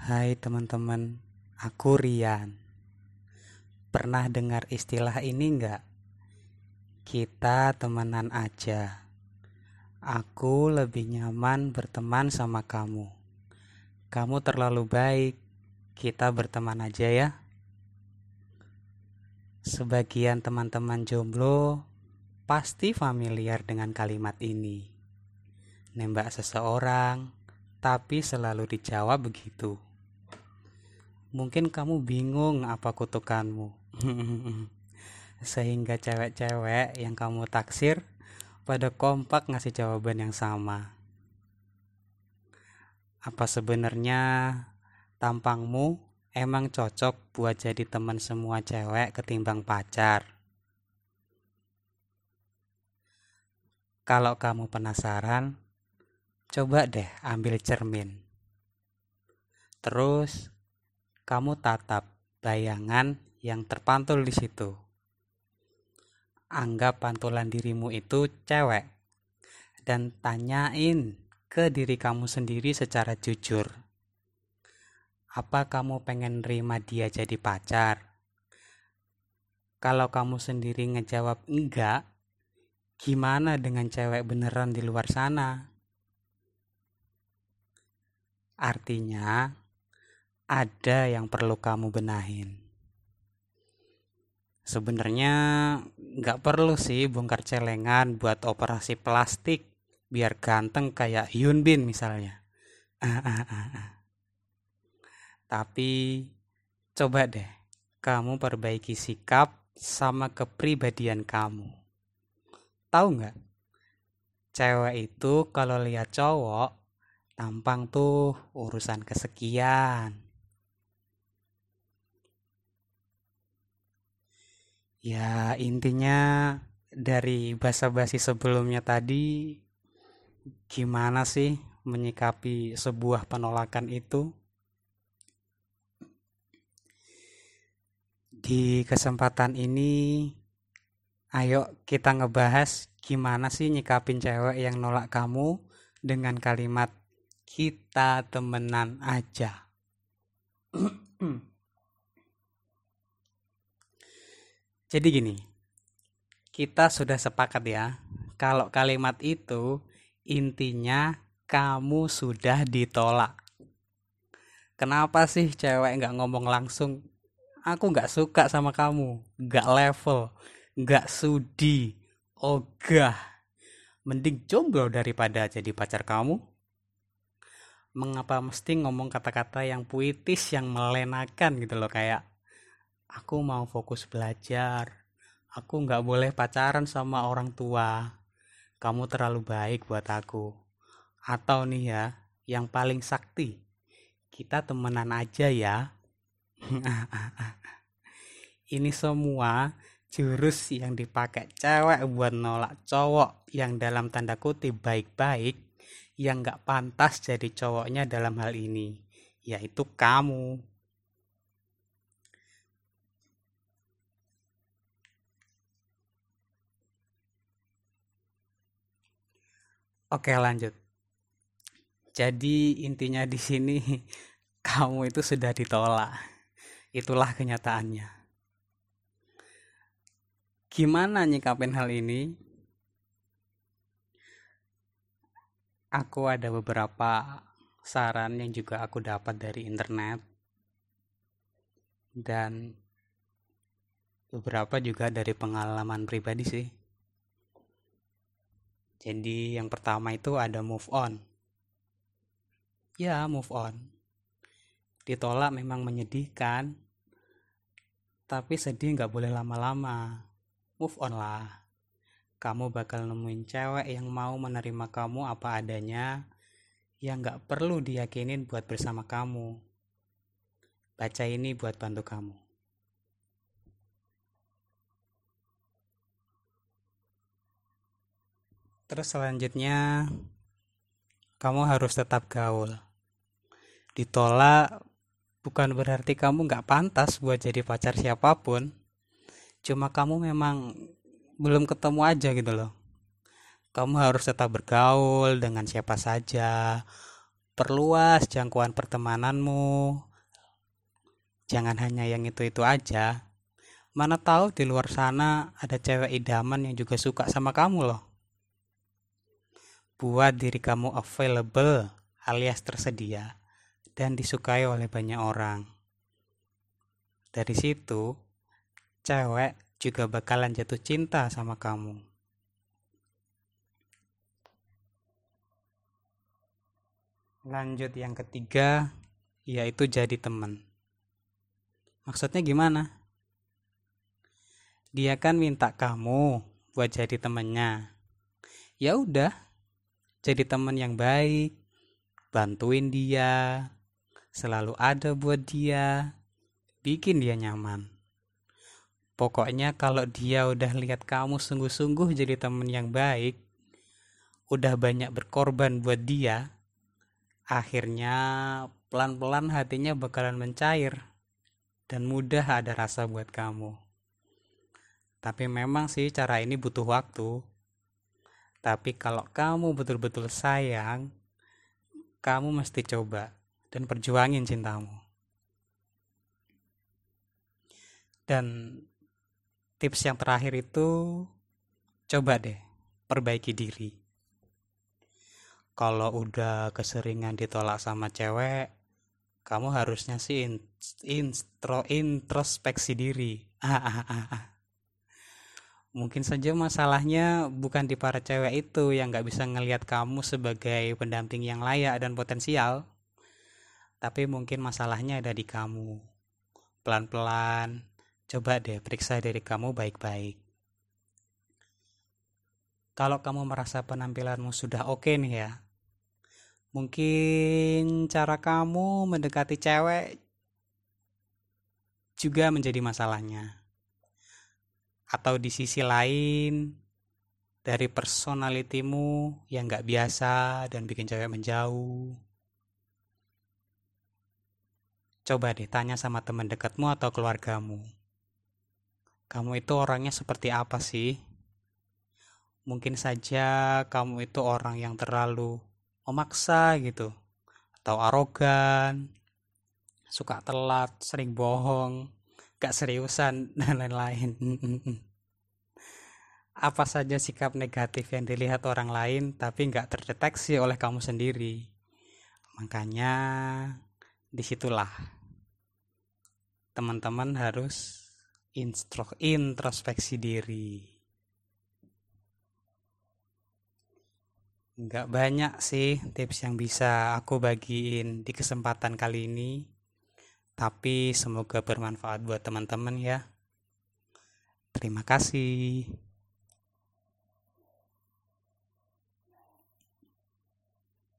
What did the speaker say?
Hai teman-teman, aku Rian. Pernah dengar istilah ini nggak? Kita temenan aja. Aku lebih nyaman berteman sama kamu. Kamu terlalu baik, kita berteman aja ya. Sebagian teman-teman jomblo pasti familiar dengan kalimat ini. Nembak seseorang, tapi selalu dijawab begitu. Mungkin kamu bingung apa kutukanmu. Sehingga cewek-cewek yang kamu taksir pada kompak ngasih jawaban yang sama. Apa sebenarnya tampangmu emang cocok buat jadi teman semua cewek ketimbang pacar? Kalau kamu penasaran, coba deh ambil cermin. Terus kamu tatap bayangan yang terpantul di situ. Anggap pantulan dirimu itu cewek dan tanyain ke diri kamu sendiri secara jujur. Apa kamu pengen nerima dia jadi pacar? Kalau kamu sendiri ngejawab enggak, gimana dengan cewek beneran di luar sana? Artinya, ada yang perlu kamu benahin. Sebenarnya nggak perlu sih bongkar celengan buat operasi plastik biar ganteng kayak Hyun Bin misalnya. Tapi coba deh kamu perbaiki sikap sama kepribadian kamu. Tahu nggak? Cewek itu kalau lihat cowok tampang tuh urusan kesekian. Ya intinya dari basa-basi sebelumnya tadi, gimana sih menyikapi sebuah penolakan itu? Di kesempatan ini, ayo kita ngebahas gimana sih nyikapin cewek yang nolak kamu dengan kalimat kita temenan aja. Jadi gini, kita sudah sepakat ya, kalau kalimat itu intinya kamu sudah ditolak. Kenapa sih cewek nggak ngomong langsung, aku nggak suka sama kamu, nggak level, nggak sudi, ogah, mending jomblo daripada jadi pacar kamu? Mengapa mesti ngomong kata-kata yang puitis, yang melenakan gitu loh, kayak aku mau fokus belajar, aku nggak boleh pacaran sama orang tua, kamu terlalu baik buat aku. Atau nih ya, yang paling sakti, kita temenan aja ya. Ini semua jurus yang dipakai cewek buat nolak cowok yang dalam tanda kutip baik-baik, yang gak pantas jadi cowoknya dalam hal ini, yaitu kamu. Oke lanjut. Jadi intinya di sini kamu itu sudah ditolak. Itulah kenyataannya. Gimana nyikapin hal ini? Aku ada beberapa saran yang juga aku dapat dari internet, dan beberapa juga dari pengalaman pribadi sih. Jadi yang pertama itu ada move on. Ya, move on. Ditolak memang menyedihkan, tapi sedih nggak boleh lama-lama. Move on lah. Kamu bakal nemuin cewek yang mau menerima kamu apa adanya, yang nggak perlu diyakinin buat bersama kamu. Baca ini buat bantu kamu. Terus selanjutnya, kamu harus tetap gaul. Ditolak bukan berarti kamu nggak pantas buat jadi pacar siapapun. Cuma kamu memang belum ketemu aja gitu loh. Kamu harus tetap bergaul dengan siapa saja, perluas jangkauan pertemananmu. Jangan hanya yang itu-itu aja. Mana tahu di luar sana ada cewek idaman yang juga suka sama kamu loh. Buat diri kamu available alias tersedia dan disukai oleh banyak orang. Dari situ, cewek juga bakalan jatuh cinta sama kamu. Lanjut yang ketiga, yaitu jadi teman. Maksudnya gimana? Dia kan minta kamu buat jadi temannya. Ya udah, jadi teman yang baik, bantuin dia, selalu ada buat dia, bikin dia nyaman. Pokoknya kalau dia udah lihat kamu sungguh-sungguh jadi teman yang baik, udah banyak berkorban buat dia, akhirnya pelan-pelan hatinya bakalan mencair dan mudah ada rasa buat kamu. Tapi memang sih cara ini butuh waktu. Tapi kalau kamu betul-betul sayang, kamu mesti coba dan perjuangin cintamu. Dan tips yang terakhir itu, coba deh perbaiki diri. Kalau udah keseringan ditolak sama cewek, kamu harusnya sih introspeksi diri. Mungkin saja masalahnya bukan di para cewek itu yang gak bisa ngelihat kamu sebagai pendamping yang layak dan potensial, tapi mungkin masalahnya ada di kamu. Pelan-pelan, coba deh periksa diri kamu baik-baik. Kalau kamu merasa penampilanmu sudah oke nih ya, mungkin cara kamu mendekati cewek juga menjadi masalahnya. Atau di sisi lain, dari personalitimu yang gak biasa dan bikin cewek menjauh. Coba deh tanya sama teman dekatmu atau keluargamu. Kamu itu orangnya seperti apa sih? Mungkin saja kamu itu orang yang terlalu memaksa gitu. Atau arogan, suka telat, sering bohong, gak seriusan, dan lain-lain. Apa saja sikap negatif yang dilihat orang lain tapi gak terdeteksi oleh kamu sendiri. Makanya disitulah teman-teman harus introspeksi diri. Nggak banyak sih tips yang bisa aku bagiin di kesempatan kali ini, tapi semoga bermanfaat buat teman-teman ya. Terima kasih.